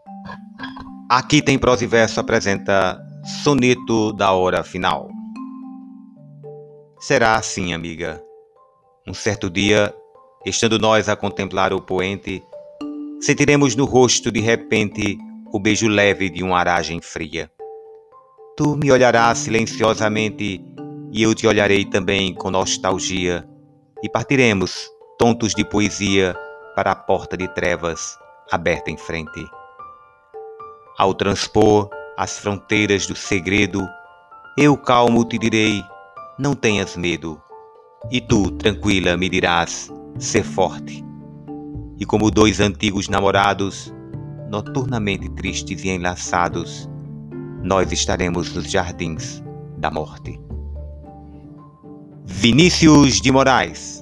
Aqui tem prosa e verso apresenta Soneto da Hora Final. Será assim, amiga. Um certo dia, estando nós a contemplar o poente, sentiremos no rosto de repente o beijo leve de uma aragem fria. Tu me olharás silenciosamente e eu te olharei também com nostalgia, e partiremos, tontos de poesia, para a porta de trevas aberta em frente. Ao transpor as fronteiras do segredo, eu calmo te direi, não tenhas medo. E tu, tranquila, me dirás, ser forte. E como dois antigos namorados, noturnamente tristes e enlaçados, nós estaremos nos jardins da morte. Vinícius de Moraes.